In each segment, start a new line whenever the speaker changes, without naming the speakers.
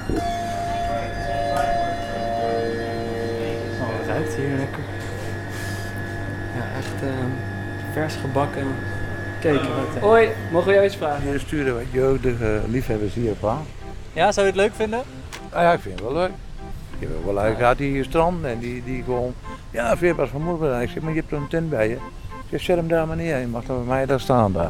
Oh, het ruikt hier lekker. Ja, echt vers gebakken cake. Hoi, mogen we jou iets vragen?
Je stuurde wat jeugdige liefhebbers hierop aan.
Ja, zou je het leuk vinden?
Ah ja, ik vind het wel leuk. Ik heb wel leuk gehad die strand en die gewoon... Ja, veel was van moeder. Ik zeg, maar je hebt er een tent bij je. Ik zeg, zet hem daar maar neer. Je mag dan bij mij daar staan daar.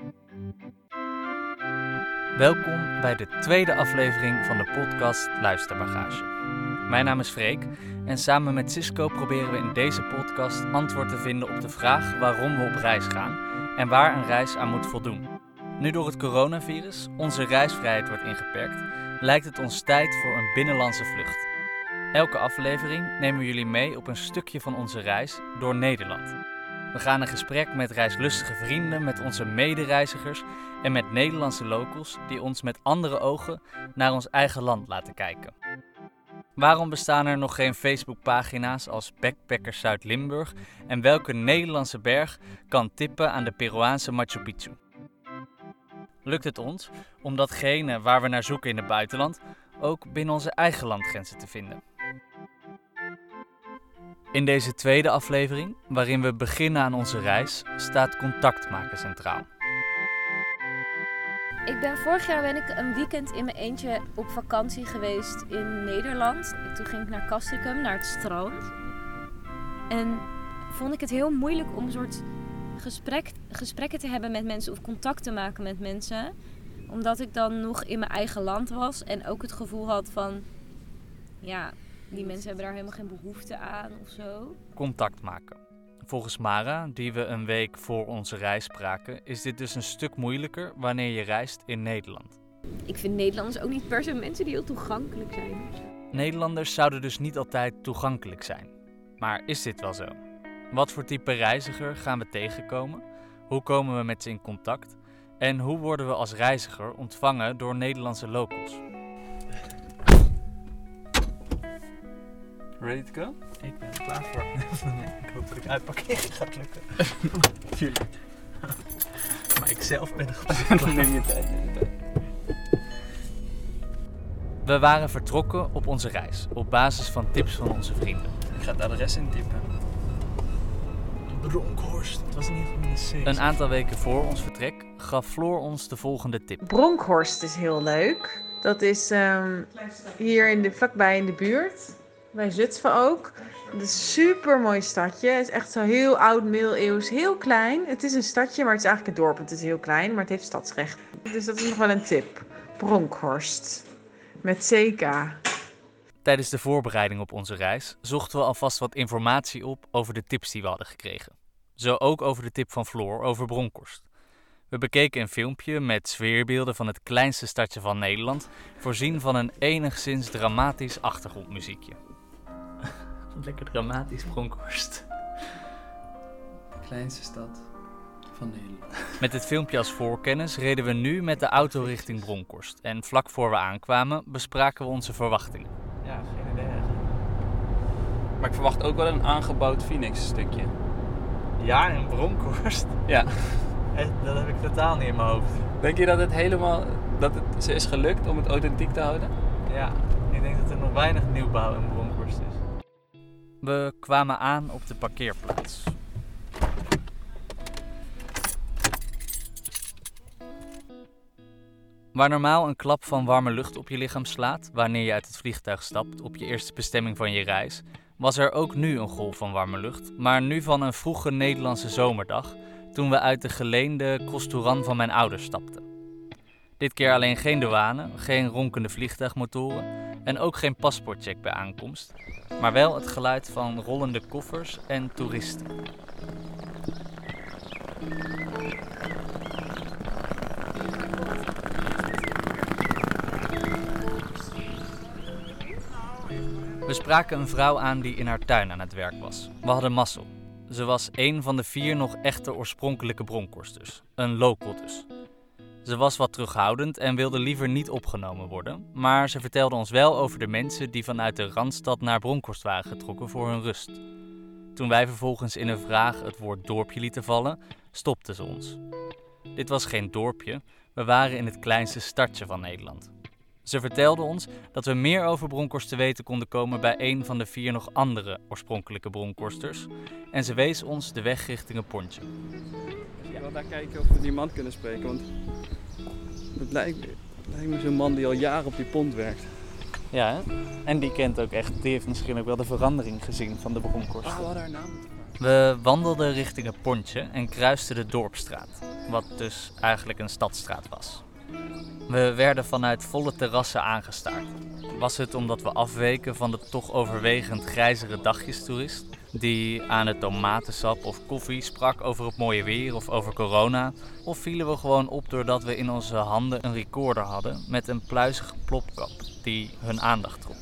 Welkom bij de tweede aflevering van de podcast Luisterbagage. Mijn naam is Freek en samen met Cisco proberen we in deze podcast antwoord te vinden op de vraag waarom we op reis gaan en waar een reis aan moet voldoen. Nu door het coronavirus onze reisvrijheid wordt ingeperkt, lijkt het ons tijd voor een binnenlandse vlucht. Elke aflevering nemen we jullie mee op een stukje van onze reis door Nederland. We gaan in gesprek met reislustige vrienden, met onze medereizigers en met Nederlandse locals die ons met andere ogen naar ons eigen land laten kijken. Waarom bestaan er nog geen Facebookpagina's als Backpackers Zuid-Limburg en welke Nederlandse berg kan tippen aan de Peruaanse Machu Picchu? Lukt het ons om datgene waar we naar zoeken in het buitenland ook binnen onze eigen landgrenzen te vinden? In deze tweede aflevering, waarin we beginnen aan onze reis, staat contact maken centraal.
Vorig jaar ben ik een weekend in mijn eentje op vakantie geweest in Nederland. Toen ging ik naar Castricum, naar het strand. En vond ik het heel moeilijk om een soort gesprekken te hebben met mensen of contact te maken met mensen. Omdat ik dan nog in mijn eigen land was en ook het gevoel had van... ja, die mensen hebben daar helemaal geen behoefte aan of zo.
Contact maken. Volgens Mara, die we een week voor onze reis spraken, is dit dus een stuk moeilijker wanneer je reist in Nederland.
Ik vind Nederlanders ook niet per se mensen die heel toegankelijk zijn.
Nederlanders zouden dus niet altijd toegankelijk zijn. Maar is dit wel zo? Wat voor type reiziger gaan we tegenkomen? Hoe komen we met ze in contact? En hoe worden we als reiziger ontvangen door Nederlandse locals?
Ready to go?
Ik ben er klaar voor. Ik hoop dat ik uitparkeren gaat lukken. Tuurlijk. Maar ik zelf ben er gewoon.
Neem je tijd.
We waren vertrokken op onze reis, op basis van tips van onze vrienden.
Ik ga het adres intypen.
Bronkhorst. Het was in ieder geval met een C.
Een aantal weken voor ons vertrek gaf Floor ons de volgende tip.
Bronkhorst is heel leuk. Dat is hier vlakbij in de buurt. Bij Zutphen ook. Het is een super mooi stadje. Het is echt zo heel oud, middeleeuws, heel klein. Het is een stadje, maar het is eigenlijk een dorp. Het is heel klein, maar het heeft stadsrecht. Dus dat is nog wel een tip. Bronkhorst. Met CK.
Tijdens de voorbereiding op onze reis zochten we alvast wat informatie op over de tips die we hadden gekregen. Zo ook over de tip van Floor over Bronkhorst. We bekeken een filmpje met sfeerbeelden van het kleinste stadje van Nederland, voorzien van een enigszins dramatisch achtergrondmuziekje.
Lekker dramatisch, Bronkhorst. Kleinste stad van Nederland.
Met dit filmpje als voorkennis reden we nu met de auto richting Bronkhorst. En vlak voor we aankwamen bespraken we onze verwachtingen.
Ja, geen idee eigenlijk.
Maar ik verwacht ook wel een aangebouwd Phoenix stukje.
Ja, in Bronkhorst.
Ja.
Dat heb ik totaal niet in mijn hoofd.
Denk je dat het ze is gelukt om het authentiek te houden?
Ja, ik denk dat er nog weinig nieuwbouw in Bronkhorst is.
We kwamen aan op de parkeerplaats. Waar normaal een klap van warme lucht op je lichaam slaat wanneer je uit het vliegtuig stapt op je eerste bestemming van je reis, was er ook nu een golf van warme lucht, maar nu van een vroege Nederlandse zomerdag toen we uit de geleende Crosstouran van mijn ouders stapten. Dit keer alleen geen douane, geen ronkende vliegtuigmotoren en ook geen paspoortcheck bij aankomst, maar wel het geluid van rollende koffers en toeristen. We spraken een vrouw aan die in haar tuin aan het werk was. We hadden mazzel. Ze was een van de 4 nog echte oorspronkelijke Bronkhorsters. Een local dus. Ze was wat terughoudend en wilde liever niet opgenomen worden, maar ze vertelde ons wel over de mensen die vanuit de Randstad naar Bronkhorst waren getrokken voor hun rust. Toen wij vervolgens in een vraag het woord dorpje lieten vallen, stopte ze ons. Dit was geen dorpje, we waren in het kleinste stadje van Nederland. Ze vertelde ons dat we meer over Bronkhorst te weten konden komen bij een van de 4 nog andere oorspronkelijke Bronkhorsters. En ze wees ons de weg richting een pontje.
Ik wil daar kijken of we die man kunnen spreken, want het lijkt me zo'n man die al jaren op die pont werkt.
Ja, hè? En die kent ook echt, die heeft misschien ook wel de verandering gezien van de Bronkhorst.
We hadden haar naam.
We wandelden richting een pontje en kruisten de Dorpsstraat, wat dus eigenlijk een stadstraat was. We werden vanuit volle terrassen aangestaard. Was het omdat we afweken van de toch overwegend grijzere dagjestoerist, die aan het tomatensap of koffie sprak over het mooie weer of over corona? Of vielen we gewoon op doordat we in onze handen een recorder hadden met een pluizige plopkap die hun aandacht trok?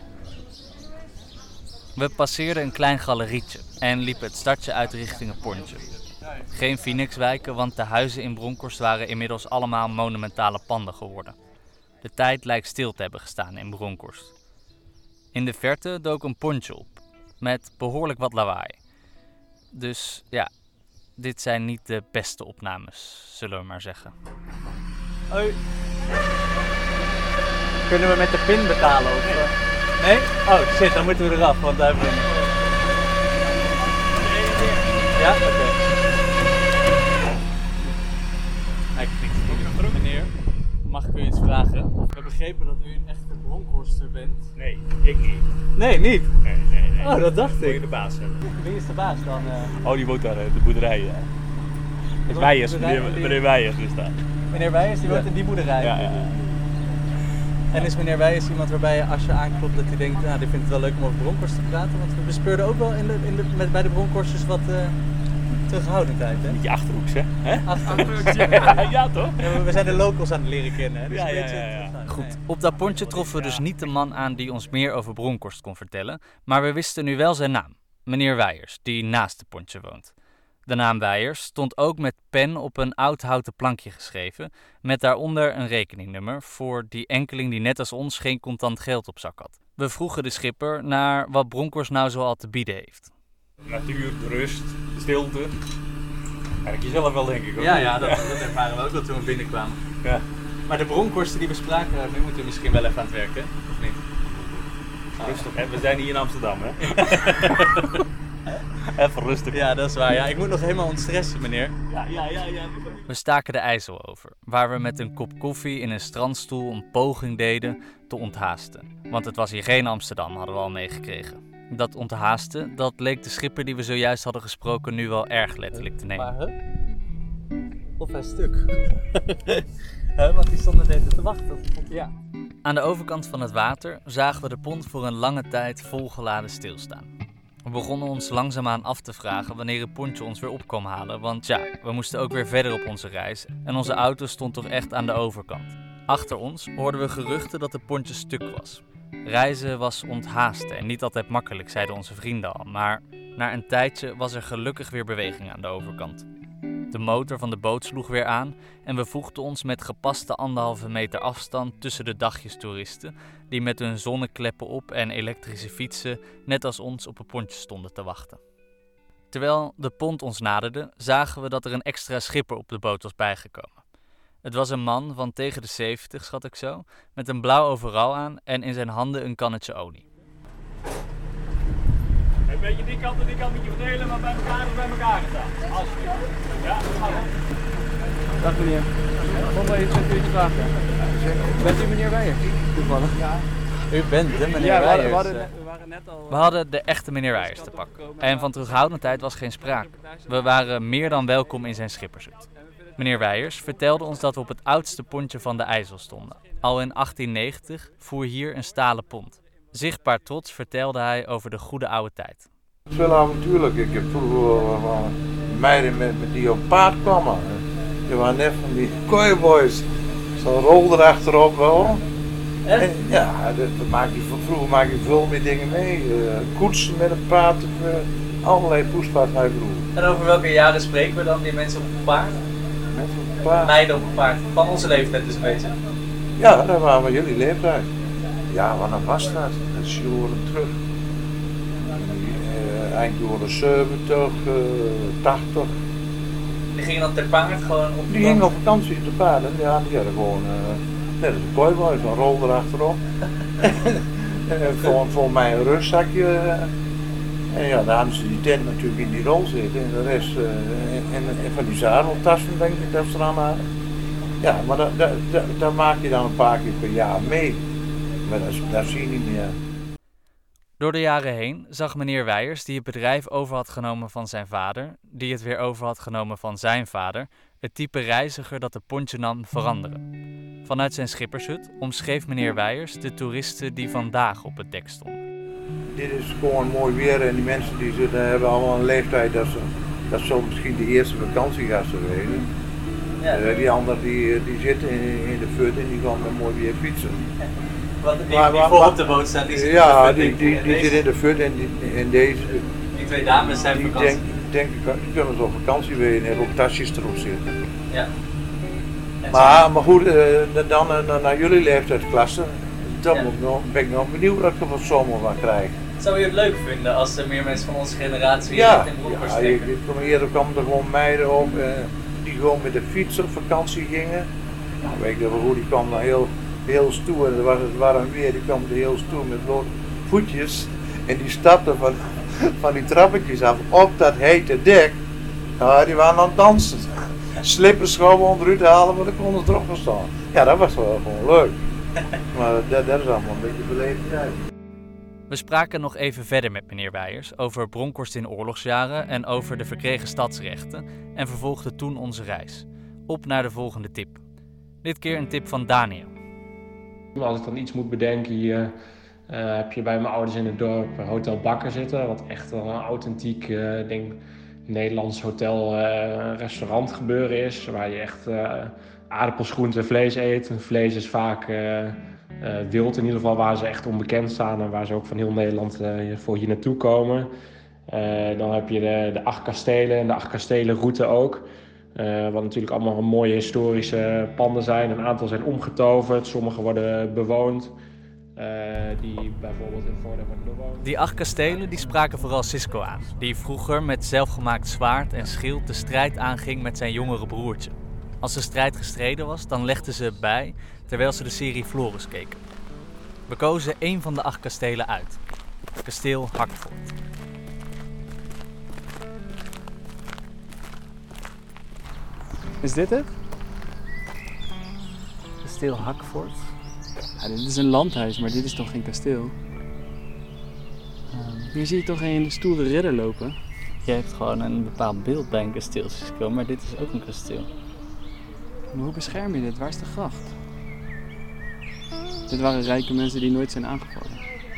We passeerden een klein galerietje en liepen het stadje uit richting een pontje. Geen Phoenixwijken, want de huizen in Bronkhorst waren inmiddels allemaal monumentale panden geworden. De tijd lijkt stil te hebben gestaan in Bronkhorst. In de verte dook een pontje op, met behoorlijk wat lawaai. Dus ja, dit zijn niet de beste opnames, zullen we maar zeggen.
Hoi. Kunnen we met de pin betalen? Of, Nee? Oh shit, dan moeten we eraf, want daar hebben we... Ja? Oké. Meneer, mag ik u iets vragen? We hebben begrepen dat u een echte Bronkhorster bent.
Nee, ik niet.
Nee, niet?
Nee.
Oh, dat dacht
Moet je
ik.
de baas hebben.
Wie is de baas dan?
Oh, die woont daar, de boerderij. Ja. Het is Weijers, meneer Weijers is daar.
Meneer Weijers, die woont in die boerderij.
Ja.
En is meneer Weijers iemand waarbij je als je aanklopt dat hij denkt, nou, die vindt het wel leuk om over Bronkhorst te praten? Want we bespeurden ook wel bij de Bronkhorsters wat terughoudendheid, hè?
Beetje Achterhoeks, hè?
Achterhoeks,
Ja, toch?
Ja, we zijn de locals aan het leren kennen, hè? Dus
Ja.
Goed, op dat pontje troffen we dus niet de man aan die ons meer over Bronkhorst kon vertellen, maar we wisten nu wel zijn naam, meneer Weijers, die naast het pontje woont. De naam Weijers stond ook met pen op een oud houten plankje geschreven, met daaronder een rekeningnummer voor die enkeling die net als ons geen contant geld op zak had. We vroegen de schipper naar wat Bronkhorst nou zoal te bieden heeft.
Natuur, rust, stilte. Eigenlijk jezelf wel, denk ik. Hoor.
Ja, dat ervaren we ook dat toen we binnenkwamen.
Ja.
Maar de Bronkhorsten die we spraken, nu moeten we misschien wel even aan het werken, of niet?
Rustig, hè? We zijn hier in Amsterdam, hè? Even rustig.
Ja, dat is waar. Ja, ik moet nog helemaal ontstressen, meneer.
Ja.
We staken de IJssel over, waar we met een kop koffie in een strandstoel een poging deden te onthaasten. Want het was hier geen Amsterdam, hadden we al meegekregen. Dat onthaasten, dat leek de schipper die we zojuist hadden gesproken nu wel erg letterlijk te nemen.
Maar, of hij stuk. Want die stonden net te wachten. Ja.
Aan de overkant van het water zagen we de pont voor een lange tijd volgeladen stilstaan. We begonnen ons langzaamaan af te vragen wanneer het pontje ons weer op kwam halen, want ja, we moesten ook weer verder op onze reis en onze auto stond toch echt aan de overkant. Achter ons hoorden we geruchten dat het pontje stuk was. Reizen was onthaasten en niet altijd makkelijk, zeiden onze vrienden al, maar na een tijdje was er gelukkig weer beweging aan de overkant. De motor van de boot sloeg weer aan en we voegden ons met gepaste 1,5 meter afstand tussen de dagjestoeristen die met hun zonnekleppen op en elektrische fietsen net als ons op een pontje stonden te wachten. Terwijl de pont ons naderde, zagen we dat er een extra schipper op de boot was bijgekomen. Het was een man van tegen de 70, schat ik zo, met een blauw overal aan en in zijn handen een kannetje olie.
Een beetje die kant en die kant moet je verdelen, maar bij elkaar staan. Alsjeblieft. Ja,
Dag meneer. Nog wel iets een uurtje vragen. Bent u meneer Weijers? Toevallig. Ja.
U bent de meneer Weijers.
We waren net al...
We hadden de echte meneer Weijers te pakken en van terughoudendheid was geen sprake. We waren meer dan welkom in zijn schippershut. Meneer Weijers vertelde ons dat we op het oudste pontje van de IJssel stonden. Al in 1890 voer hier een stalen pont. Zichtbaar trots vertelde hij over de goede oude tijd.
Het is wel avontuurlijk. Ik heb vroeger meiden met die op paard kwamen. Die waren net van die cowboys. Zo'n rol erachterop wel. En, ja, vroeger maak je veel meer dingen mee. Koetsen met een paard. Allerlei poespaard naar vroeger.
En over welke jaren spreken we dan, die mensen op een paard?
Mensen op een paard.
Meiden op een paard. Van onze leeftijd dus een beetje.
Ja, dat waren we jullie leeftijd. Ja, wanneer was dat? Dat is jaren terug. Eind jaren 70, 80.
Die gingen dan ter paard gewoon op.
Die gingen op vakantie te paarden. Ja, die hadden gewoon Net als een kooiboy, zo'n rol erachterop. En voor mij een rugzakje. En ja, dan hadden ze die tent natuurlijk in die rol zitten. En de rest, en van die zadeltassen denk ik dat ze er aan hadden. Ja, maar daar maak je dan een paar keer per jaar mee. Maar dat zie je niet meer.
Door de jaren heen zag meneer Weijers, die het bedrijf over had genomen van zijn vader, die het weer over had genomen van zijn vader, het type reiziger dat de pontje nam veranderen. Vanuit zijn schippershut omschreef meneer Weijers de toeristen die vandaag op het dek stonden.
Dit is gewoon mooi weer en die mensen die zitten hebben allemaal een leeftijd dat ze misschien de eerste vakantiegasten weten. Ja. Die anderen die zitten in de fut en die gaan dan mooi weer fietsen.
Want die voor op de boot staan, die zitten in de fut.
Die zitten in de fut en deze.
Die twee dames zijn
die
vakantie.
Die kunnen zo op vakantie weer en hebben ook tasjes erop zitten.
Ja.
Maar goed, dan naar jullie leeftijdsklasse, dan ben ik nog benieuwd wat ik er van zomer van krijg.
Zou je het leuk vinden als er meer mensen van onze generatie in Bronkhorst steken?
Eerder kwamen er gewoon meiden op die gewoon met de fiets op vakantie gingen. Nou, weet ik hoe die kwam dan heel stoer, er waren weer, die kwam er heel stoer met blote voetjes en die stapten van die trappetjes af op dat hete dek. Ja, die waren aan het dansen. Slippers gewoon onderuit te halen, want ik kon er erop gaan staan. Ja, dat was wel gewoon leuk. Maar dat is allemaal een beetje beleefd tijd.
We spraken nog even verder met meneer Weijers over Bronkhorst in oorlogsjaren en over de verkregen stadsrechten en vervolgden toen onze reis. Op naar de volgende tip. Dit keer een tip van Daniel.
Als ik dan iets moet bedenken, hier heb je bij mijn ouders in het dorp Hotel Bakker zitten. Wat echt een authentiek, denk Nederlands hotel-restaurant gebeuren is. Waar je echt aardappels, groenten en vlees eet. En vlees is vaak wild in ieder geval, waar ze echt onbekend staan. En waar ze ook van heel Nederland voor hier naartoe komen. Dan heb je de 8 kastelen en de 8 kastelen route ook. Wat natuurlijk allemaal mooie historische panden zijn. Een aantal zijn omgetoverd, sommige worden bewoond. Die bijvoorbeeld in Voordeel worden bewoond.
Die 8 kastelen die spraken vooral Cisco aan. Die vroeger met zelfgemaakt zwaard en schild de strijd aanging met zijn jongere broertje. Als de strijd gestreden was, dan legden ze het bij terwijl ze de serie Floris keken. We kozen één van de 8 kastelen uit. Kasteel Hackfort.
Is dit het? Kasteel Hackfort. Ja, dit is een landhuis, maar dit is toch geen kasteel? Hier zie je toch een stoere ridder lopen?
Jij hebt gewoon een bepaald beeld bij een kasteel, Cisco, maar dit is ook een kasteel.
Maar hoe bescherm je dit? Waar is de gracht? Dit waren rijke mensen die nooit zijn aangevallen.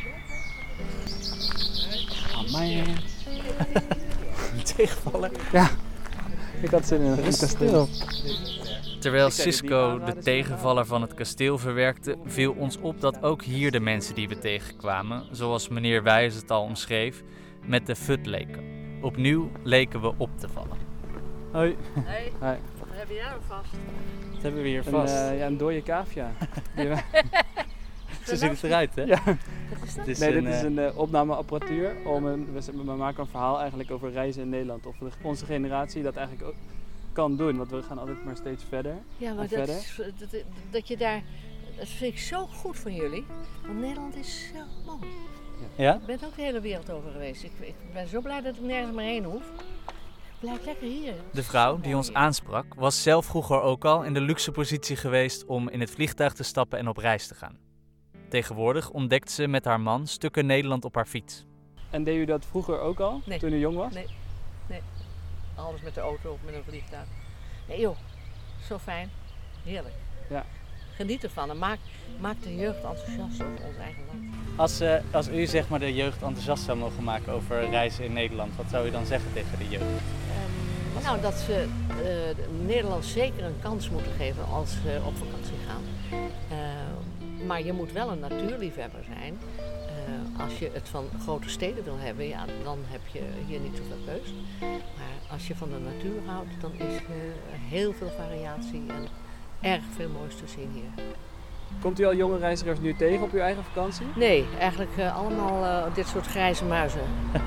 Oh, mij.
Tegenvallen?
Ja, ik had zin in een kasteel.
Terwijl Cisco de tegenvaller van het kasteel verwerkte, viel ons op dat ook hier de mensen die we tegenkwamen, zoals meneer Wijs het al omschreef, met de fut leken. Opnieuw leken we op te vallen.
Hoi.
Hey.
Hoi.
Wat hebben we jou vast?
Wat hebben we hier vast?
Een dode cavia.
Zo ziet het eruit, hè?
Ja.
Wat is dat?
Dit is een opnameapparatuur. We maken een verhaal eigenlijk over reizen in Nederland. Of onze generatie dat eigenlijk ook kan doen. Want we gaan altijd maar steeds verder.
Ja, maar dat je daar... Dat vind ik zo goed van jullie. Want Nederland is zo mooi.
Ja?
Ik ben ook de hele wereld over geweest. Ik ben zo blij dat ik nergens meer heen hoef. Blijf lekker hier.
De vrouw die ons aansprak was zelf vroeger ook al in de luxe positie geweest om in het vliegtuig te stappen en op reis te gaan. Tegenwoordig ontdekt ze met haar man stukken Nederland op haar fiets.
En deed u dat vroeger ook al, toen u jong was?
Nee. Alles met de auto of met een vliegtuig. Nee joh, zo fijn. Heerlijk.
Ja.
Geniet ervan en maak de jeugd enthousiast over ons eigen land.
Als u zeg maar de jeugd enthousiast zou mogen maken over reizen in Nederland, wat zou u dan zeggen tegen de jeugd?
Nou, dat ze Nederland zeker een kans moeten geven als ze op vakantie gaan. Maar je moet wel een natuurliefhebber zijn. Als je het van grote steden wil hebben, ja, dan heb je hier niet zoveel keus. Maar als je van de natuur houdt, dan is heel veel variatie en erg veel moois te zien hier.
Komt u al jonge reizigers nu tegen op uw eigen vakantie?
Nee, eigenlijk allemaal dit soort grijze muizen.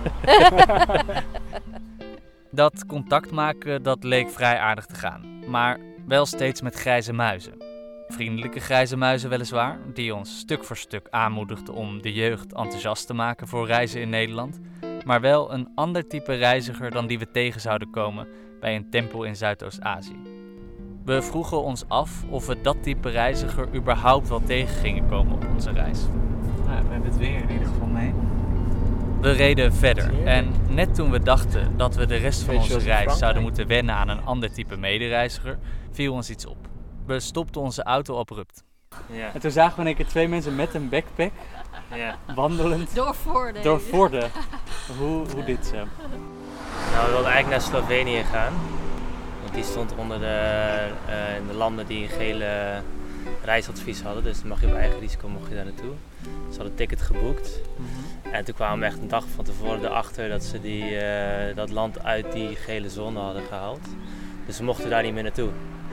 Dat contact maken, dat leek vrij aardig te gaan. Maar wel steeds met grijze muizen. Vriendelijke grijze muizen weliswaar, die ons stuk voor stuk aanmoedigden om de jeugd enthousiast te maken voor reizen in Nederland, maar wel een ander type reiziger dan die we tegen zouden komen bij een tempel in Zuidoost-Azië. We vroegen ons af of we dat type reiziger überhaupt wel tegen gingen komen op onze reis.
Nou, we hebben het weer in ieder geval mee.
We reden verder en net toen we dachten dat we de rest van onze reis zouden moeten wennen aan een ander type medereiziger, viel ons iets op. We stopten onze auto abrupt.
Ja. En toen zagen we in één keer 2 mensen met een backpack, wandelend door Vorden. Hoe dit zo?
Nou, we wilden eigenlijk naar Slovenië gaan. Want die stond onder de landen die een gele reisadvies hadden. Dus dan mag je op eigen risico daar naartoe. Ze hadden een ticket geboekt. En toen kwamen we echt een dag van tevoren erachter dat ze dat land uit die gele zone hadden gehaald. Dus we mochten daar niet meer naartoe.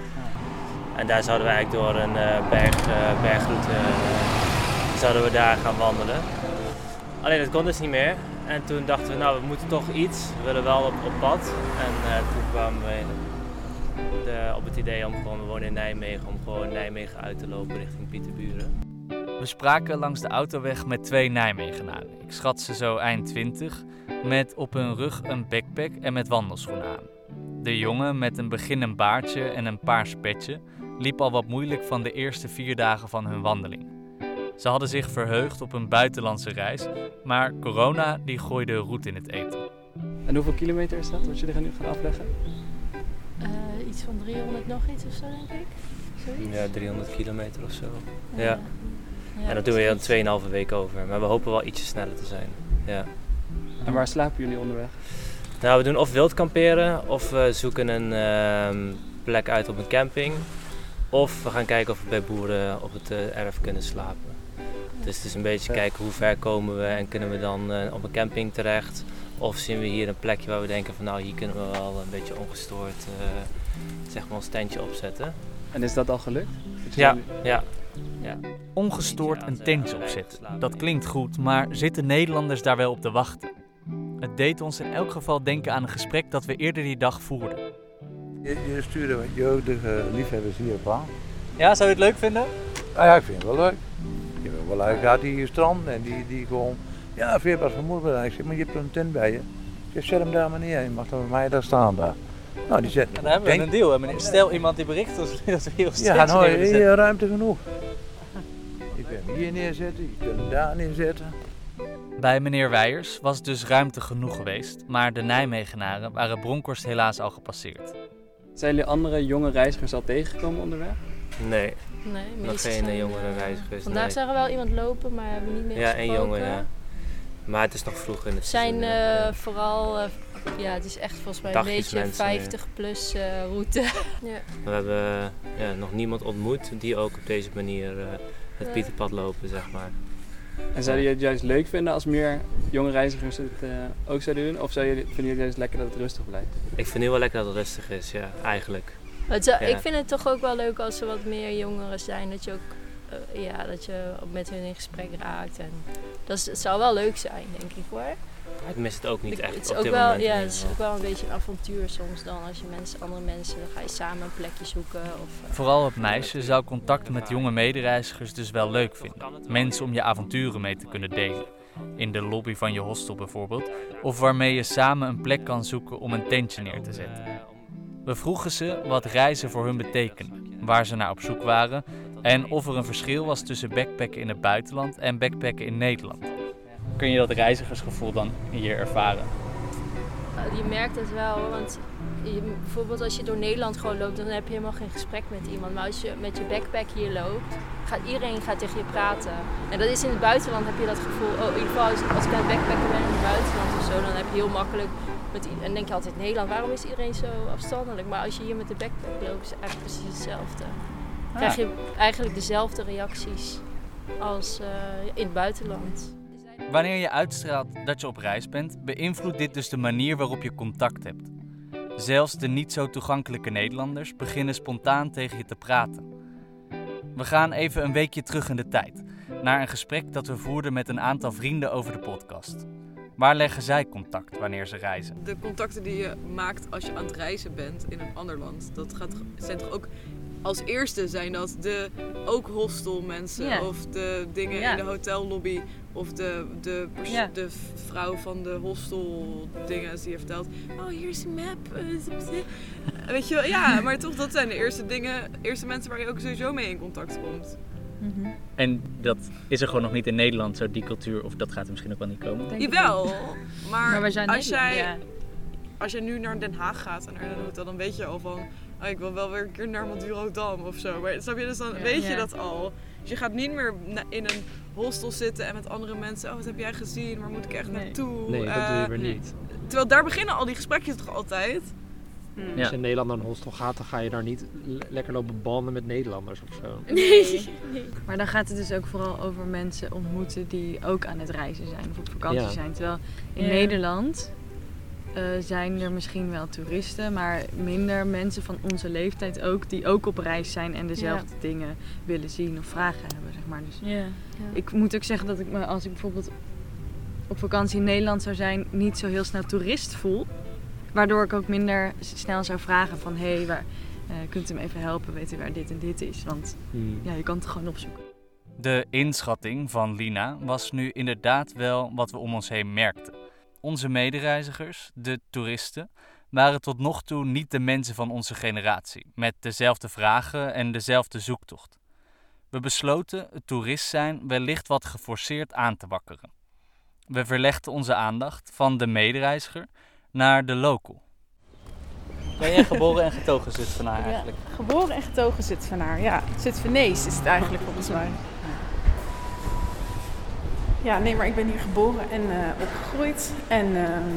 En daar zouden we eigenlijk door een bergroute zouden we daar gaan wandelen. Alleen dat kon dus niet meer. En toen dachten we, nou we moeten toch iets. We willen wel op pad. En toen kwamen we op het idee we wonen in Nijmegen, om gewoon Nijmegen uit te lopen richting Pieterburen.
We spraken langs de autoweg met 2 Nijmegenaren. Ik schat ze zo eind 20, met op hun rug een backpack en met wandelschoenen aan. De jongen met een beginnend baardje en een paars petje liep al wat moeilijk van de eerste 4 dagen van hun wandeling. Ze hadden zich verheugd op een buitenlandse reis, maar corona die gooide roet in het eten.
En hoeveel kilometer is dat wat jullie nu gaan afleggen?
Iets van 300 nog iets of zo, denk ik. Zoiets?
Ja, 300 kilometer of zo. Ja. En dat doen we dan 2,5 weken over. Maar we hopen wel ietsje sneller te zijn. Ja.
En waar slapen jullie onderweg?
Nou, we doen of wild kamperen, of we zoeken een plek uit op een camping. Of we gaan kijken of we bij boeren op het erf kunnen slapen. Dus het is een beetje kijken hoe ver komen we en kunnen we dan op een camping terecht. Of zien we hier een plekje waar we denken van nou hier kunnen we wel een beetje ongestoord zeg maar ons tentje opzetten.
En is dat al gelukt?
Ja.
Ongestoord een tentje opzetten. Dat klinkt goed, maar zitten Nederlanders daar wel op te wachten? Het deed ons in elk geval denken aan een gesprek dat we eerder die dag voerden.
Je stuurde wat jeugdige liefhebbers hier op aan.
Ja, zou je het leuk vinden?
Nou ja, ik vind het wel leuk. Ik vind het wel leuk. Gaat hier strand en die gewoon... Ja, veel wat van moeder. Ik zeg, maar je hebt een tent bij je. Ik zeg, zet hem daar maar neer. Je mag dan bij mij daar staan daar. Nou, die zetten.
En dan hebben we een deal. Meneer. Stel iemand die bericht ons dat we hier op
ja, nou, hier ruimte genoeg. Je kunt hem hier neerzetten, je kunt hem daar neerzetten.
Bij meneer Weijers was dus ruimte genoeg geweest, maar de Nijmegenaren waren Bronkhorst helaas al gepasseerd.
Zijn jullie andere jonge reizigers al tegengekomen onderweg?
Nee,
Nee,
nog geen jongere reizigers.
Vandaag zagen we wel iemand lopen, maar hebben we niet meer gesproken.
Ja, één jongen, ja. Maar het is nog vroeg in het
seizoen.
Het
zijn vooral, het is echt volgens mij een beetje
mensen,
50 plus route. Ja.
We hebben nog niemand ontmoet die ook op deze manier het Pieterpad lopen, zeg maar.
En zouden jullie het juist leuk vinden als meer jonge reizigers het ook zouden doen? Of vinden jullie het juist lekker dat het rustig blijft?
Ik vind nu wel lekker dat het rustig is, ja, eigenlijk.
Ik vind het toch ook wel leuk als er wat meer jongeren zijn, dat je ook dat je met hun in gesprek raakt. En het zou wel leuk zijn, denk ik hoor.
Ik mis het ook niet echt.
Het is ook wel, het is ook wel een beetje een avontuur soms dan als je andere mensen, dan ga je samen een plekje zoeken.
Vooral het meisje zou contact met jonge medereizigers dus wel leuk vinden. Mensen om je avonturen mee te kunnen delen. In de lobby van je hostel bijvoorbeeld. Of waarmee je samen een plek kan zoeken om een tentje neer te zetten. We vroegen ze wat reizen voor hun betekenen, waar ze naar op zoek waren en of er een verschil was tussen backpacken in het buitenland en backpacken in Nederland. Kun je dat reizigersgevoel dan hier ervaren?
Je merkt het wel, want bijvoorbeeld als je door Nederland gewoon loopt, dan heb je helemaal geen gesprek met iemand. Maar als je met je backpack hier loopt, iedereen gaat tegen je praten. En dat is in het buitenland, heb je dat gevoel, in ieder geval als ik aan het backpacken ben in het buitenland of zo, dan heb je heel makkelijk, en denk je altijd Nederland, waarom is iedereen zo afstandelijk? Maar als je hier met de backpack loopt, is het eigenlijk precies hetzelfde. Krijg je eigenlijk dezelfde reacties als in het buitenland.
Wanneer je uitstraalt dat je op reis bent, beïnvloedt dit dus de manier waarop je contact hebt. Zelfs de niet zo toegankelijke Nederlanders beginnen spontaan tegen je te praten. We gaan even een weekje terug in de tijd, naar een gesprek dat we voerden met een aantal vrienden over de podcast. Waar leggen zij contact wanneer ze reizen?
De contacten die je maakt als je aan het reizen bent in een ander land, zijn toch ook als eerste zijn dat ook hostelmensen of de dingen in de hotellobby of de vrouw van de hostel dingen die je vertelt. Oh, hier is een map. Weet je wel, ja, maar toch, dat zijn de eerste mensen waar je ook sowieso mee in contact komt.
Mm-hmm. En dat is er gewoon nog niet in Nederland, zo die cultuur, of dat gaat er misschien ook wel niet komen?
Jawel, maar
wij zijn
als jij nu naar Den Haag gaat en naar een hotel, dan weet je al van, ik wil wel weer een keer naar Madurodam of zo. Maar snap je, dus dan weet je dat al. Dus je gaat niet meer in een hostel zitten en met andere mensen, oh, wat heb jij gezien, waar moet ik echt naartoe?
Nee, dat doe je weer niet.
Terwijl daar beginnen al die gesprekjes toch altijd?
Ja. Als je in Nederland naar een hostel gaat, dan ga je daar niet lekker lopen banden met Nederlanders of zo.
Nee. Maar dan gaat het dus ook vooral over mensen ontmoeten die ook aan het reizen zijn of op vakantie zijn. Terwijl in Nederland zijn er misschien wel toeristen, maar minder mensen van onze leeftijd ook, die ook op reis zijn en dezelfde dingen willen zien of vragen hebben, zeg maar. Dus ik moet ook zeggen dat ik me, als ik bijvoorbeeld op vakantie in Nederland zou zijn, niet zo heel snel toerist voel. Waardoor ik ook minder snel zou vragen van, kunt u me even helpen, weet u waar dit en dit is? Want je kan het gewoon opzoeken.
De inschatting van Lina was nu inderdaad wel wat we om ons heen merkten. Onze medereizigers, de toeristen, waren tot nog toe niet de mensen van onze generatie, met dezelfde vragen en dezelfde zoektocht. We besloten het toerist zijn wellicht wat geforceerd aan te wakkeren. We verlegden onze aandacht van de medereiziger naar de local.
Ben jij geboren en getogen Zutphenaar eigenlijk?
Ja, geboren en getogen Zutphenaar, ja. Zutphenees is het eigenlijk volgens mij. Ja, nee, maar ik ben hier geboren en opgegroeid en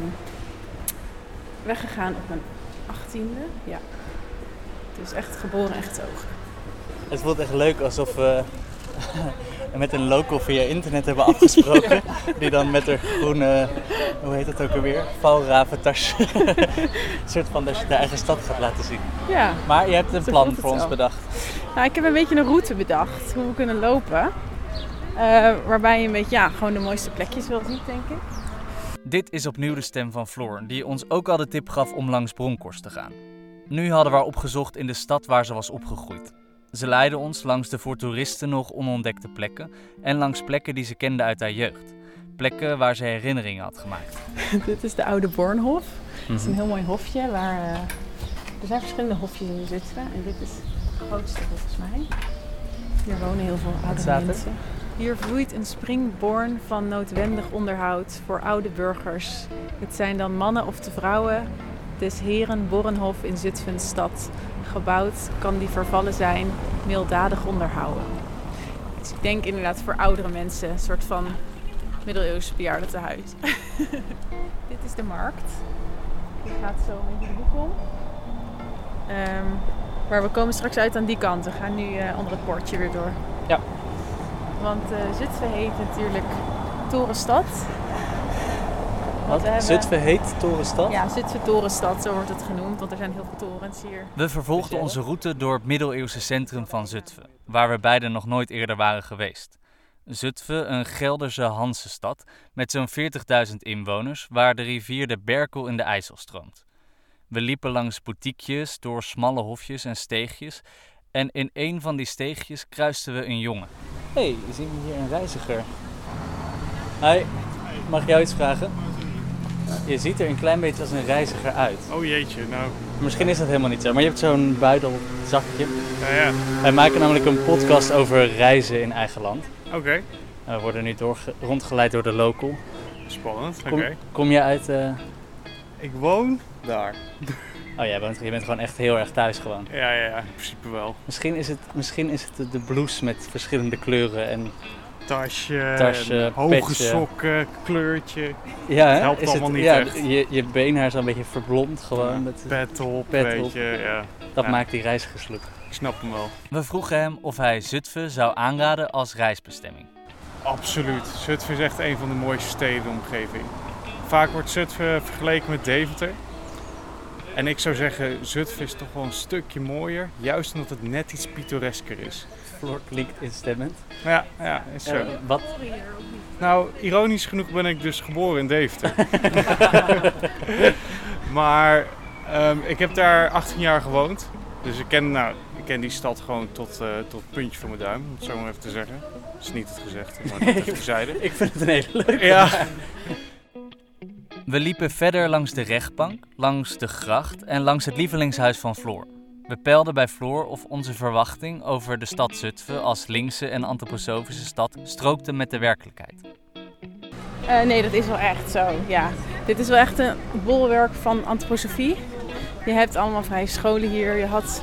weggegaan op mijn 18e, ja. Dus echt geboren en getogen.
Het voelt echt leuk alsof we met een local via internet hebben afgesproken. Die dan met haar groene, hoe heet dat ook alweer? Valraventas. Een soort van dat je de eigen stad gaat laten zien.
Ja.
Maar je hebt een plan voor ons bedacht.
Nou, ik heb een beetje een route bedacht, hoe we kunnen lopen. Waarbij je een beetje gewoon de mooiste plekjes wil zien, denk ik.
Dit is opnieuw de stem van Floor, die ons ook al de tip gaf om langs Bronkhorst te gaan. Nu hadden we haar opgezocht in de stad waar ze was opgegroeid. Ze leidde ons langs de voor toeristen nog onontdekte plekken en langs plekken die ze kende uit haar jeugd. Plekken waar ze herinneringen had gemaakt.
Dit is de oude Bornhof. Het is een heel mooi hofje waar... er zijn verschillende hofjes in Zutphen en dit is het grootste volgens mij. Hier wonen heel veel oude mensen. Hier vloeit een springborn van noodwendig onderhoud voor oude burgers. Het zijn dan mannen of de vrouwen des heren Bornhof in Zutphenstad. Gebouwd kan die vervallen zijn, milddadig onderhouden. Dus ik denk inderdaad voor oudere mensen, een soort van middeleeuws bejaardentehuis. Dit is de markt. Die gaat zo een beetje de hoek om. Maar we komen straks uit aan die kant. We gaan nu onder het poortje weer door.
Ja.
Want Zutphen heet natuurlijk Torenstad.
Zutphen heet Torenstad?
Ja, Zutphen Torenstad, zo wordt het genoemd, want er zijn heel veel torens hier.
We vervolgden onze route door het middeleeuwse centrum van Zutphen, waar we beiden nog nooit eerder waren geweest. Zutphen, een Gelderse Hansenstad met zo'n 40.000 inwoners, waar de rivier de Berkel in de IJssel stroomt. We liepen langs boutiquejes, door smalle hofjes en steegjes en in een van die steegjes kruisten we een jongen.
Hé, we zien hier een reiziger. Hi, mag ik jou iets vragen? Je ziet er een klein beetje als een reiziger uit.
Oh jeetje, nou.
Misschien is dat helemaal niet zo, maar je hebt zo'n buidelzakje.
Ja.
Wij maken namelijk een podcast over reizen in eigen land.
Oké.
We worden nu rondgeleid door de local.
Spannend, oké.
Kom je uit...
Ik woon daar.
Oh, je bent gewoon echt heel erg thuis gewoon.
Ja, in principe wel.
Misschien is het de blouse met verschillende kleuren en...
Tasje, hoge
petje.
sokken, kleurtje.
Ja,
het helpt allemaal niet echt.
Je beenhaar is al een beetje verblond gewoon. Met
pet op, weet je. Ja.
Dat maakt die reizigerslook.
Ik snap hem wel.
We vroegen hem of hij Zutphen zou aanraden als reisbestemming.
Absoluut. Zutphen is echt een van de mooiste steden in de omgeving. Vaak wordt Zutphen vergeleken met Deventer. En ik zou zeggen, Zutphen is toch wel een stukje mooier. Juist omdat het net iets pittoresker is.
Floor klinkt instemmend.
Ja, is zo.
Wat?
Nou, ironisch genoeg ben ik dus geboren in Deventer. Maar ik heb daar 18 jaar gewoond. Dus ik ken die stad gewoon tot het puntje van mijn duim, om het zo maar even te zeggen. Dat is niet het gezegde, maar dat even terzijde.
Ik vind het een hele leuke.
Ja.
We liepen verder langs de rechtbank, langs de gracht en langs het lievelingshuis van Floor. We peilden bij Floor of onze verwachting over de stad Zutphen als linkse en antroposofische stad strookte met de werkelijkheid.
Nee, dat is wel echt zo, ja. Dit is wel echt een bolwerk van antroposofie. Je hebt allemaal vrije scholen hier. Je had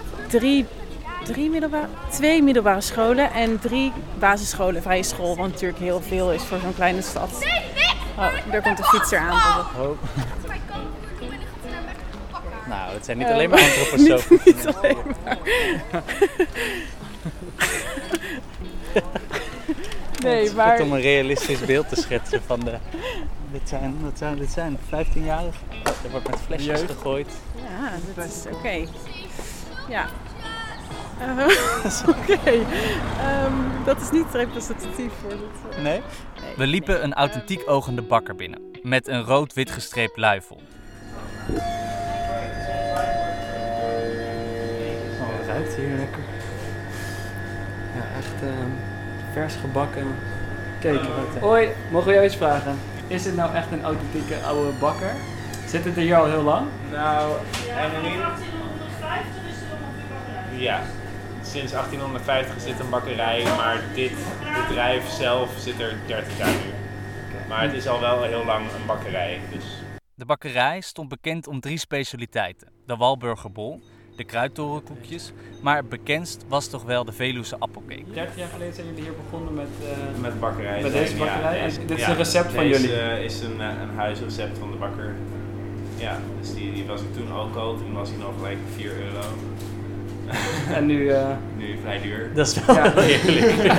twee middelbare scholen en 3 basisscholen, vrije school. Wat natuurlijk heel veel is voor zo'n kleine stad. Oh, daar komt een fietser aan.
Oh. Nou, het zijn niet alleen maar antroposofen.
Niet alleen maar. Nee,
het is goed om een realistisch beeld te schetsen van de... Wat zou dit zijn? 15-jarigen? Er wordt met flesjes gegooid.
Ja, dat is oké. Ja. Oké. Dat is niet representatief voor dit.
Nee?
We liepen een authentiek ogende bakker binnen, met een rood-wit gestreept luifel.
Oh, het ruikt hier lekker. Ja, echt vers gebakken cake. Hoi, mogen we jou iets vragen? Is dit nou echt een authentieke oude bakker? Zit het er hier al heel lang?
Nou, ja, sinds 1850 zit een bakkerij, maar dit bedrijf zelf zit er 30 jaar nu. Maar het is al wel heel lang een bakkerij. Dus.
De bakkerij stond bekend om 3 specialiteiten. De Walburgerbol, de kruidtorenkoekjes, maar het bekendst was toch wel de Veluwse appelcake.
30 jaar geleden zijn jullie hier begonnen met
bakkerij.
Met deze bakkerij?
Ja,
dit is een recept van jullie?
Deze is een huisrecept van de bakker. Ja, dus die was ik toen al koop. Toen was hij nog gelijk €4.
En nu?
Nu vrij duur.
Dat is wel eerlijk.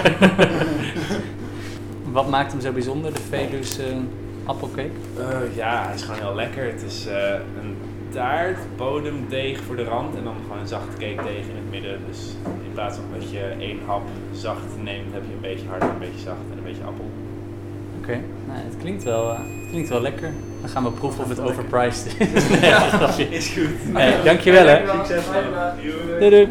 Wat maakt hem zo bijzonder, de Veluwse appelcake?
Ja, hij is gewoon heel lekker. Het is een taart, bodemdeeg voor de rand en dan gewoon een zachte cakedeeg in het midden. Dus in plaats van dat je 1 hap zacht neemt, heb je een beetje hard, een beetje zacht en een beetje appel.
Oké, nou, het klinkt wel lekker. Dan gaan we proeven of het overpriced is. Nee, ja,
is goed.
Hey, dankjewel hè.
Succes.
Doei doei.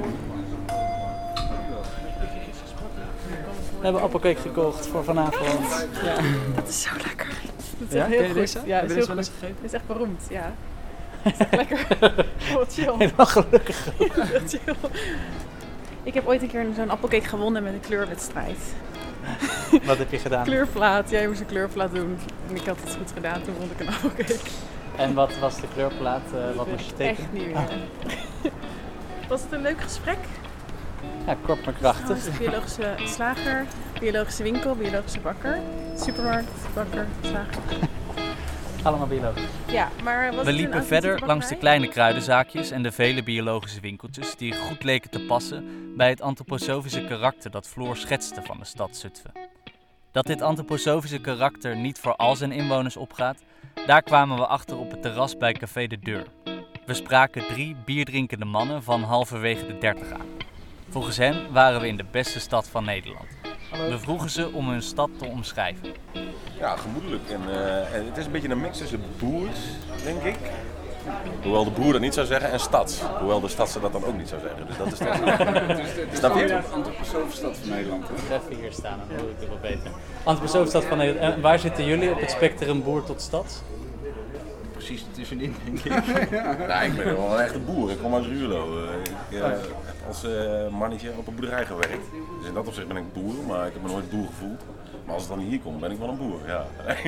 We hebben appelcake gekocht voor vanavond.
Ja. Dat is zo lekker. Dat is
ja?
heel goed.
Deze?
Ja,
heb je
is
deze wel
heel
eens
goed.
gegeten?
Het is echt beroemd, ja. Het is echt lekker. Oh, chill.
Helemaal gelukkig.
Ja, chill. Ik heb ooit een keer zo'n appelcake gewonnen met een kleurwedstrijd.
Wat heb je gedaan?
Kleurplaat. Jij moest een kleurplaat doen. En ik had het goed gedaan. Toen vond ik een appelcake.
En wat was de kleurplaat? Wat moest je tekenen?
Echt niet meer. Was het een leuk gesprek?
Ja, kort maar krachtig.
Biologische slager, biologische winkel, biologische bakker, supermarkt, bakker, slager.
Allemaal biologisch.
Ja, maar
we liepen verder langs de kleine kruidenzaakjes en de vele biologische winkeltjes die goed leken te passen bij het antroposofische karakter dat Floor schetste van de stad Zutphen. Dat dit antroposofische karakter niet voor al zijn inwoners opgaat, daar kwamen we achter op het terras bij Café de Deur. We spraken 3 bierdrinkende mannen van halverwege de 30 aan. Volgens hen waren we in de beste stad van Nederland. We vroegen ze om hun stad te omschrijven.
Ja, gemoedelijk. En het is een beetje een mix tussen boers, denk ik. Hoewel de boer dat niet zou zeggen, en stads. Hoewel de stad ze dat dan ook niet zou zeggen. Dus dat is toch... Snap je?
De antroposofische stad van Nederland.
Even hier staan, dan hoor ik het wel beter. Antroposofische stad van Nederland. En waar zitten jullie op het spectrum boer tot stad?
Precies tussenin, denk ik. Nou, ik ben wel een echte boer. Ik kom uit Ruurlo. Ik heb als mannetje op een boerderij gewerkt. Dus in dat opzicht ben ik boer, maar ik heb me nooit boer gevoeld. Maar als het dan hier komt, ben ik wel een boer, ja.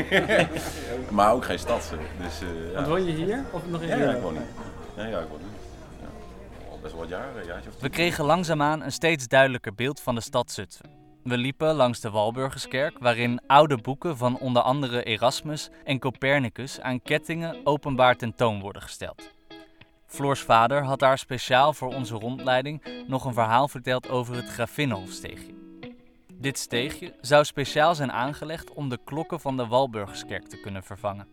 Maar ook geen stadse. Dus,
Want woon je hier? Of nog in
Ja, ik woon hier. Ja, ik woon hier. Ja. Al best wel wat jaren, een jaartje of 10.
We kregen langzaamaan een steeds duidelijker beeld van de stad Zutphen. We liepen langs de Walburgerskerk, waarin oude boeken van onder andere Erasmus en Copernicus aan kettingen openbaar tentoon worden gesteld. Floors vader had daar speciaal voor onze rondleiding nog een verhaal verteld over het Gravinnenhofsteegje. Dit steegje zou speciaal zijn aangelegd om de klokken van de Walburgerskerk te kunnen vervangen.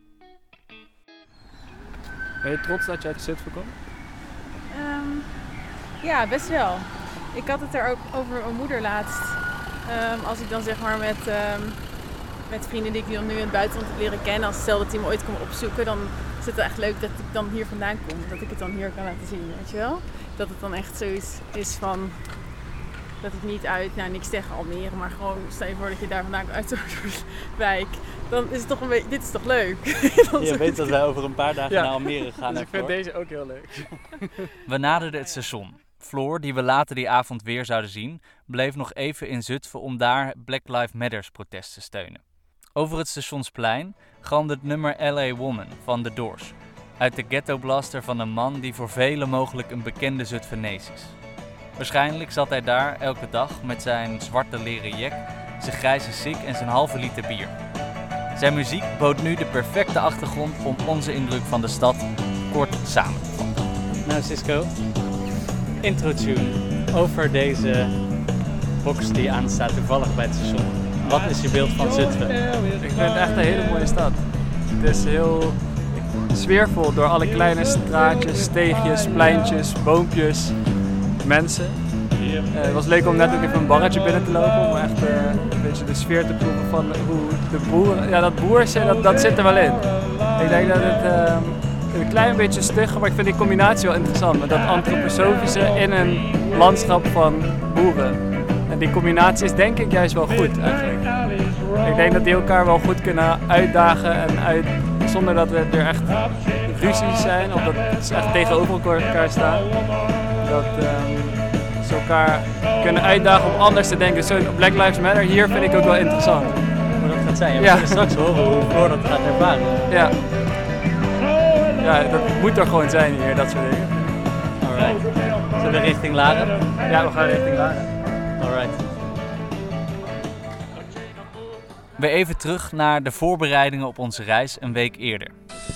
Ben je trots dat je uit Zutphen komt?
Ja, best wel. Ik had het er ook over mijn moeder laatst. Als ik dan zeg maar met met vrienden die ik dan nu in het buitenland heb leren kennen. Als stel dat die me ooit komen opzoeken, dan is het echt leuk dat ik dan hier vandaan kom. Dat ik het dan hier kan laten zien, weet je wel? Dat het dan echt zoiets is van... Dat ik niet niks tegen Almere, maar gewoon stel je voor dat je daar vandaan uit de wijk. Dan is het toch een beetje, dit is toch leuk?
Je weet dat wij over een paar dagen naar Almere gaan.
Dus ik vind deze ook heel leuk.
We naderden het station. Floor, die we later die avond weer zouden zien, bleef nog even in Zutphen om daar Black Lives Matter protest te steunen. Over het stationsplein galmde het nummer LA Woman van The Doors. Uit de ghetto blaster van een man die voor velen mogelijk een bekende Zutphenees is. Waarschijnlijk zat hij daar elke dag met zijn zwarte leren jack, zijn grijze sik en zijn halve liter bier. Zijn muziek bood nu de perfecte achtergrond om onze indruk van de stad kort samen te vatten.
Nou Cisco, intro tune over deze box die aanstaat toevallig bij het station. Wat is je beeld van Zutphen?
Ik vind het echt een hele mooie stad. Het is heel sfeervol door alle kleine straatjes, steegjes, pleintjes, boompjes, mensen. Het was leuk om net ook even een barretje binnen te lopen om echt een beetje de sfeer te proeven van hoe de boeren... Ja, dat boerse, dat zit er wel in. Ik denk dat het een klein beetje stug, maar ik vind die combinatie wel interessant. Met dat antroposofische in een landschap van boeren. En die combinatie is denk ik juist wel goed eigenlijk. Ik denk dat die elkaar wel goed kunnen uitdagen en zonder dat er echt ruzies zijn of dat ze echt tegenover elkaar staan. Dat ze elkaar kunnen uitdagen om anders te denken. Zo Black Lives Matter, hier vind ik ook wel interessant.
Hoe dat gaat zijn, we kunnen straks horen hoe Floor dat gaat ervaren.
Ja, dat moet er gewoon zijn hier, dat soort dingen.
Alright. Zullen we richting Laren?
Ja, we gaan richting Laren.
Alright.
Weer even terug naar de voorbereidingen op onze reis een week eerder.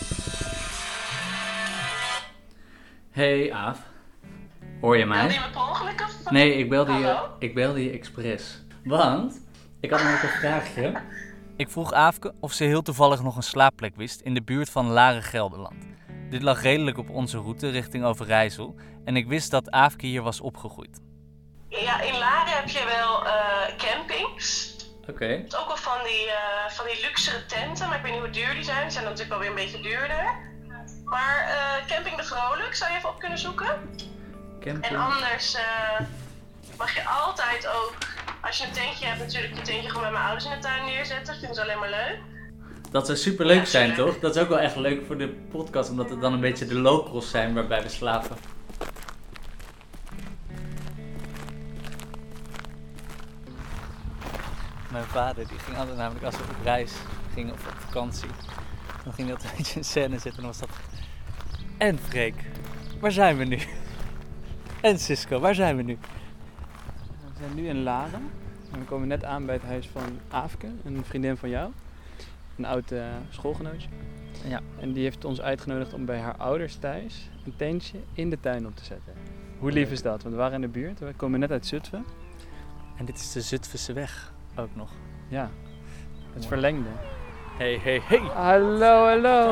Hey Aaf. Hoor je mij?
Belde je me per ongeluk of?
Nee, ik belde je expres. Want ik had nog een vraagje.
Ik vroeg Aafke of ze heel toevallig nog een slaapplek wist in de buurt van Laren Gelderland. Dit lag redelijk op onze route richting Overijssel en ik wist dat Aafke hier was opgegroeid.
Ja, in Laren heb je wel campings.
Oké.
Ook wel van die luxere tenten, maar ik weet niet hoe duur die zijn. Die zijn natuurlijk wel weer een beetje duurder. Maar Camping de Vrolijk zou je even op kunnen zoeken.
Camping.
En anders mag je altijd ook, als je een tentje hebt, natuurlijk je tentje gewoon bij mijn ouders in de tuin neerzetten. Dat vinden ze alleen maar leuk.
Dat zou superleuk zijn, toch? Dat is ook wel echt leuk voor de podcast, omdat het dan een beetje de locals zijn waarbij we slapen. Mijn vader die ging altijd namelijk als we op reis gingen of op vakantie, dan ging hij altijd een beetje in scène zitten en dan was dat... En Freek, waar zijn we nu? En Cisco, waar zijn we nu?
We zijn nu in Laren. En we komen net aan bij het huis van Aafke, een vriendin van jou. Een oud schoolgenootje.
Ja.
En die heeft ons uitgenodigd om bij haar ouders thuis een tentje in de tuin op te zetten. Hoe lief is dat? Want we waren in de buurt. We komen net uit Zutphen.
En dit is de Zutphense weg ook nog.
Ja, het verlengde.
Hey, hey, hey.
Hallo, hallo.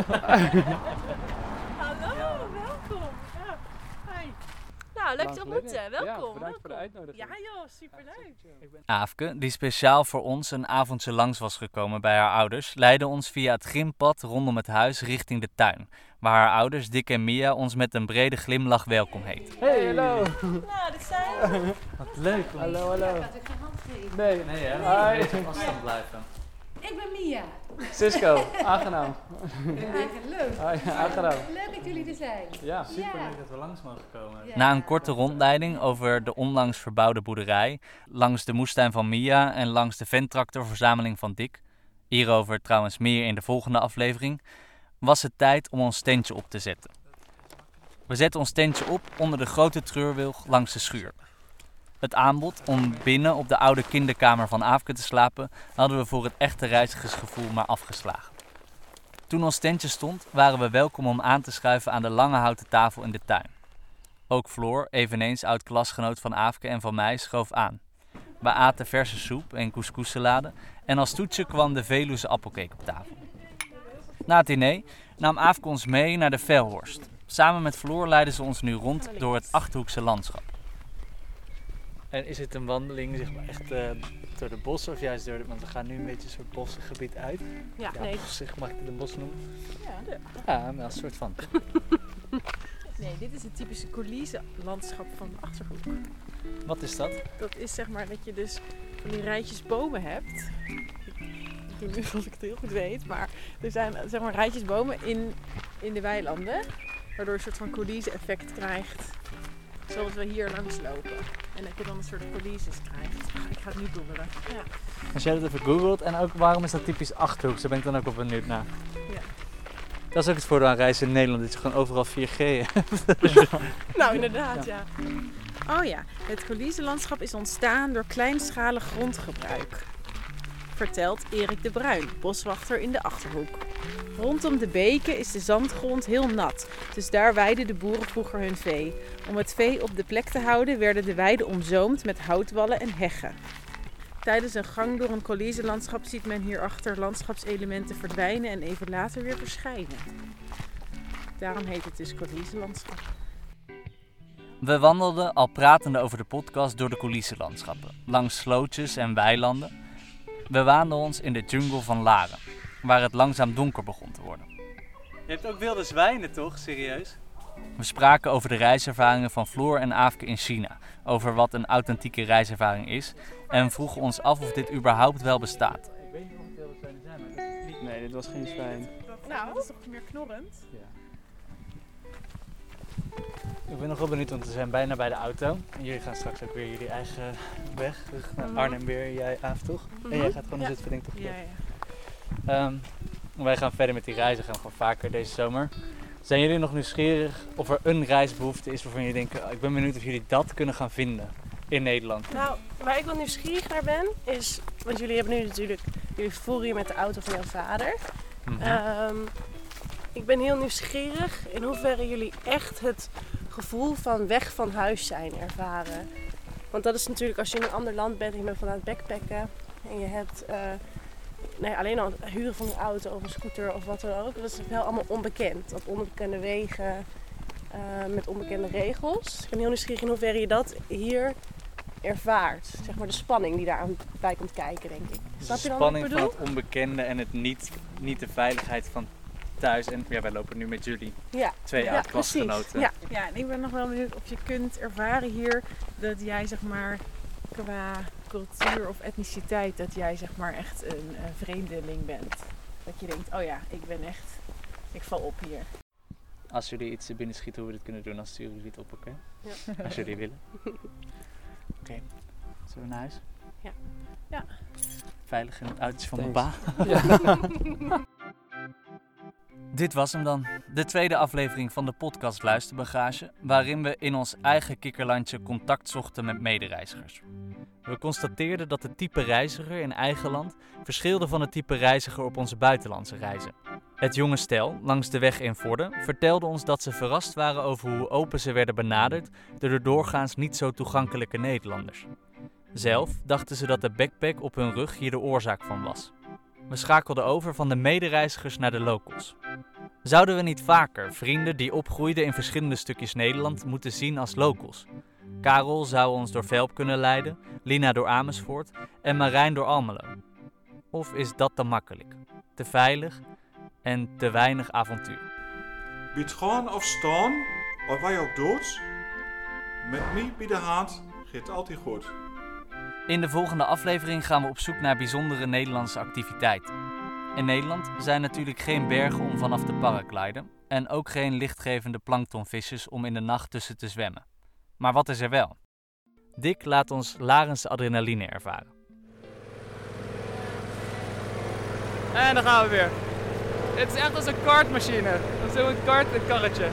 Hallo, welkom. Ja, hi. Nou, leuk te ontmoeten. Welkom.
Ja, bedankt voor de uitnodiging.
Ja joh, superleuk.
Aafke, die speciaal voor ons een avondje langs was gekomen bij haar ouders, leidde ons via het grimpad rondom het huis richting de tuin, waar haar ouders Dick en Mia ons met een brede glimlach welkom heet.
Hey, hallo.
Nou, dit zijn we.
Wat leuk.
Hallo, hallo.
Ik had ook geen hand gegeven.
Nee,
hè?
Hi.
Even afstand blijven.
Ik ben Mia.
Cisco, aangenaam.
Leuk.
Aangenaam.
Leuk dat jullie er zijn.
Ja,
superleuk dat we langs mogen komen.
Ja.
Na een korte rondleiding over de onlangs verbouwde boerderij, langs de moestuin van Mia en langs de ventractorverzameling van Dick, hierover trouwens meer in de volgende aflevering, was het tijd om ons tentje op te zetten. We zetten ons tentje op onder de grote treurwilg langs de schuur. Het aanbod om binnen op de oude kinderkamer van Aafke te slapen hadden we voor het echte reizigersgevoel maar afgeslagen. Toen ons tentje stond, waren we welkom om aan te schuiven aan de lange houten tafel in de tuin. Ook Floor, eveneens oud-klasgenoot van Aafke en van mij, schoof aan. We aten verse soep en couscoussalade en als toetje kwam de Veluwse appelcake op tafel. Na het diner nam Aafke ons mee naar de Velhorst. Samen met Floor leidden ze ons nu rond door het Achterhoekse landschap.
En is het een wandeling zeg maar echt door de bossen of juist want we gaan nu een beetje een soort bossengebied uit?
Ja, nee.
Zeg, mag ik het een bos noemen?
Ja.
Ja, wel een soort van.
Nee, dit is het typische coulissenlandschap van de Achterhoek.
Wat is dat?
Dat is zeg maar dat je dus van die rijtjes bomen hebt. Ik doe nu alsof ik het heel goed weet, maar er zijn zeg maar rijtjes bomen in de weilanden. Waardoor je een soort van coulisse-effect krijgt. Zoals we hier langs lopen. En dat je dan een soort coulisses krijgt. Ik ga het nu googlen. Ja.
Als jij dat even googelt en ook waarom is dat typisch Achterhoek? Daar ben ik dan ook wel benieuwd naar.
Ja.
Dat is ook het voordeel aan reizen in Nederland, dat je gewoon overal 4G hebt.
Nou, inderdaad, ja. Oh ja, het coulissenlandschap is ontstaan door kleinschalig grondgebruik. Vertelt Erik de Bruin, boswachter in de Achterhoek. Rondom de beken is de zandgrond heel nat, dus daar weidden de boeren vroeger hun vee. Om het vee op de plek te houden werden de weiden omzoomd met houtwallen en heggen. Tijdens een gang door een coulissenlandschap ziet men hierachter landschapselementen verdwijnen en even later weer verschijnen. Daarom heet het dus coulissenlandschap.
We wandelden al pratende over de podcast door de coulissenlandschappen, langs slootjes en weilanden. We waanden ons in de jungle van Laren, waar het langzaam donker begon te worden.
Je hebt ook wilde zwijnen toch? Serieus?
We spraken over de reiservaringen van Floor en Aafke in China, over wat een authentieke reiservaring is en vroegen ons af of dit überhaupt wel bestaat.
Ik weet niet of het wilde zwijnen zijn, maar dat is niet...
Nee, dit was geen zwijn.
Nou, dat is toch meer knorrend?
Ja. Ik ben nog wel benieuwd, want we zijn bijna bij de auto. En jullie gaan straks ook weer jullie eigen weg terug naar Arnhem weer. Jij Aaf toch? En jij gaat gewoon naar Zutphen, denk ik toch?
Ja.
Wij gaan verder met die reizen, gaan gewoon vaker deze zomer. Zijn jullie nog nieuwsgierig of er een reisbehoefte is waarvan jullie denken, ik ben benieuwd of jullie dat kunnen gaan vinden in Nederland?
Nou, waar ik wel nieuwsgierig naar ben, is, want jullie hebben nu natuurlijk, jullie vervoeren hier met de auto van jouw vader. Ik ben heel nieuwsgierig in hoeverre jullie echt het gevoel van weg van huis zijn ervaren. Want dat is natuurlijk als je in een ander land bent en je bent van aan het backpacken en je hebt alleen al het huren van een auto of een scooter of wat dan ook. Dat is wel allemaal onbekend. Op onbekende wegen, met onbekende regels. Ik ben heel nieuwsgierig in hoeverre je dat hier ervaart. Zeg maar de spanning die daar bij komt kijken, denk ik. Snap je dan wat ik bedoel?
De spanning van het onbekende en het niet de veiligheid van thuis. En ja, wij lopen nu met jullie.
Ja.
2 oud-klasgenoten.
Ja, en ik ben nog wel benieuwd of je kunt ervaren hier dat jij zeg maar qua cultuur of etniciteit, dat jij zeg maar echt een vreemdeling bent. Dat je denkt, oh ja, ik val op hier.
Als jullie iets binnen schieten hoe we dit kunnen doen, dan sturen jullie het op, oké? Ja. Als jullie willen. Oké. Zullen we naar huis?
Ja.
Veilig in het autootje van mijn pa.
Ja. Dit was hem dan, de tweede aflevering van de podcast Luisterbagage, waarin we in ons eigen kikkerlandje contact zochten met medereizigers. We constateerden dat het type reiziger in eigen land verschilde van het type reiziger op onze buitenlandse reizen. Het jonge stel langs de weg in Vorden vertelde ons dat ze verrast waren over hoe open ze werden benaderd door de doorgaans niet zo toegankelijke Nederlanders. Zelf dachten ze dat de backpack op hun rug hier de oorzaak van was. We schakelden over van de medereizigers naar de locals. Zouden we niet vaker vrienden die opgroeiden in verschillende stukjes Nederland moeten zien als locals? Karel zou ons door Velp kunnen leiden, Lina door Amersfoort en Marijn door Almelo. Of is dat te makkelijk, te veilig en te weinig avontuur?
Bied gaan of staan, wat wij ook doet, met mij bij de hand gaat altijd goed.
In de volgende aflevering gaan we op zoek naar bijzondere Nederlandse activiteiten. In Nederland zijn natuurlijk geen bergen om vanaf te paragliden en ook geen lichtgevende planktonvisjes om in de nacht tussen te zwemmen. Maar wat is er wel? Dick laat ons Larense adrenaline ervaren.
En dan gaan we weer. Het is echt als een kartmachine. Zo'n karretje.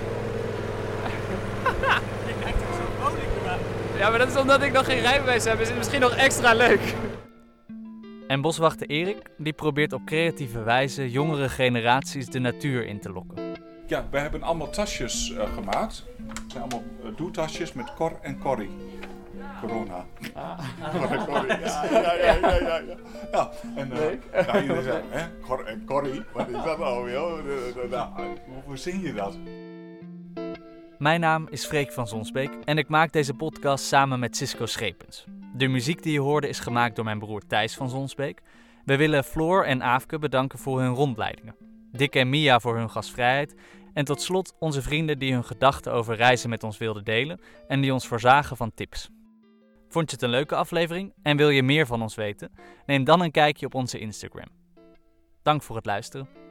Je kijkt er zo vrolijk erbij.
Ja, maar dat is omdat ik nog geen rijbewijs heb. Is het misschien nog extra leuk.
En boswachter Erik, die probeert op creatieve wijze jongere generaties de natuur in te lokken.
Ja, wij hebben allemaal tasjes gemaakt. Het zijn allemaal doetasjes met Cor en Corrie. Corona. Cor en Corrie. Ja. En iedereen zei, hè? Cor en Corrie? Wat is dat nou, joh? Hoe zing je dat?
Mijn naam is Freek van Zonsbeek en ik maak deze podcast samen met Cisco Schepens. De muziek die je hoorde is gemaakt door mijn broer Thijs van Zonsbeek. We willen Floor en Aafke bedanken voor hun rondleidingen. Dick en Mia voor hun gastvrijheid. En tot slot onze vrienden die hun gedachten over reizen met ons wilden delen en die ons voorzagen van tips. Vond je het een leuke aflevering en wil je meer van ons weten? Neem dan een kijkje op onze Instagram. Dank voor het luisteren.